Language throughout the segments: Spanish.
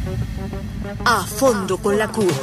A fondo con la CUT.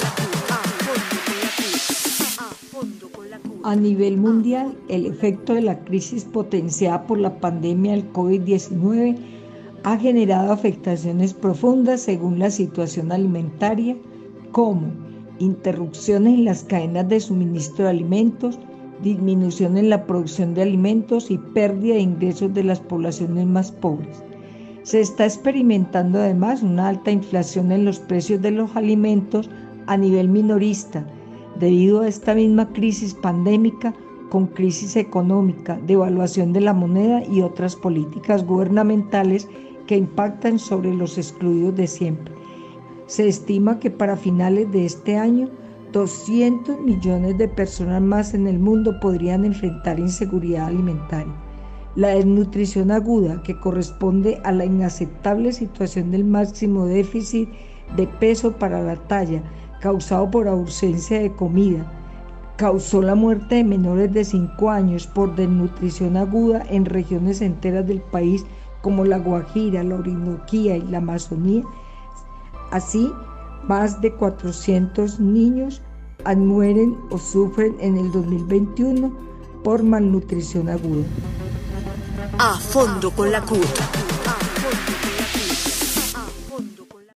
A nivel mundial, el efecto de la crisis potenciada por la pandemia del COVID-19 ha generado afectaciones profundas según la situación alimentaria, como interrupciones en las cadenas de suministro de alimentos, disminución en la producción de alimentos y pérdida de ingresos de las poblaciones más pobres. Se está experimentando además una alta inflación en los precios de los alimentos a nivel minorista, debido a esta misma crisis pandémica, con crisis económica, devaluación de la moneda y otras políticas gubernamentales que impactan sobre los excluidos de siempre. Se estima que para finales de este año, 200 millones de personas más en el mundo podrían enfrentar inseguridad alimentaria. La desnutrición aguda, que corresponde a la inaceptable situación del máximo déficit de peso para la talla, causado por ausencia de comida, causó la muerte de menores de 5 años por desnutrición aguda en regiones enteras del país como la Guajira, la Orinoquía y la Amazonía. Así, más de 400 niños mueren o sufren en el 2021 por malnutrición aguda. A fondo con la CUT.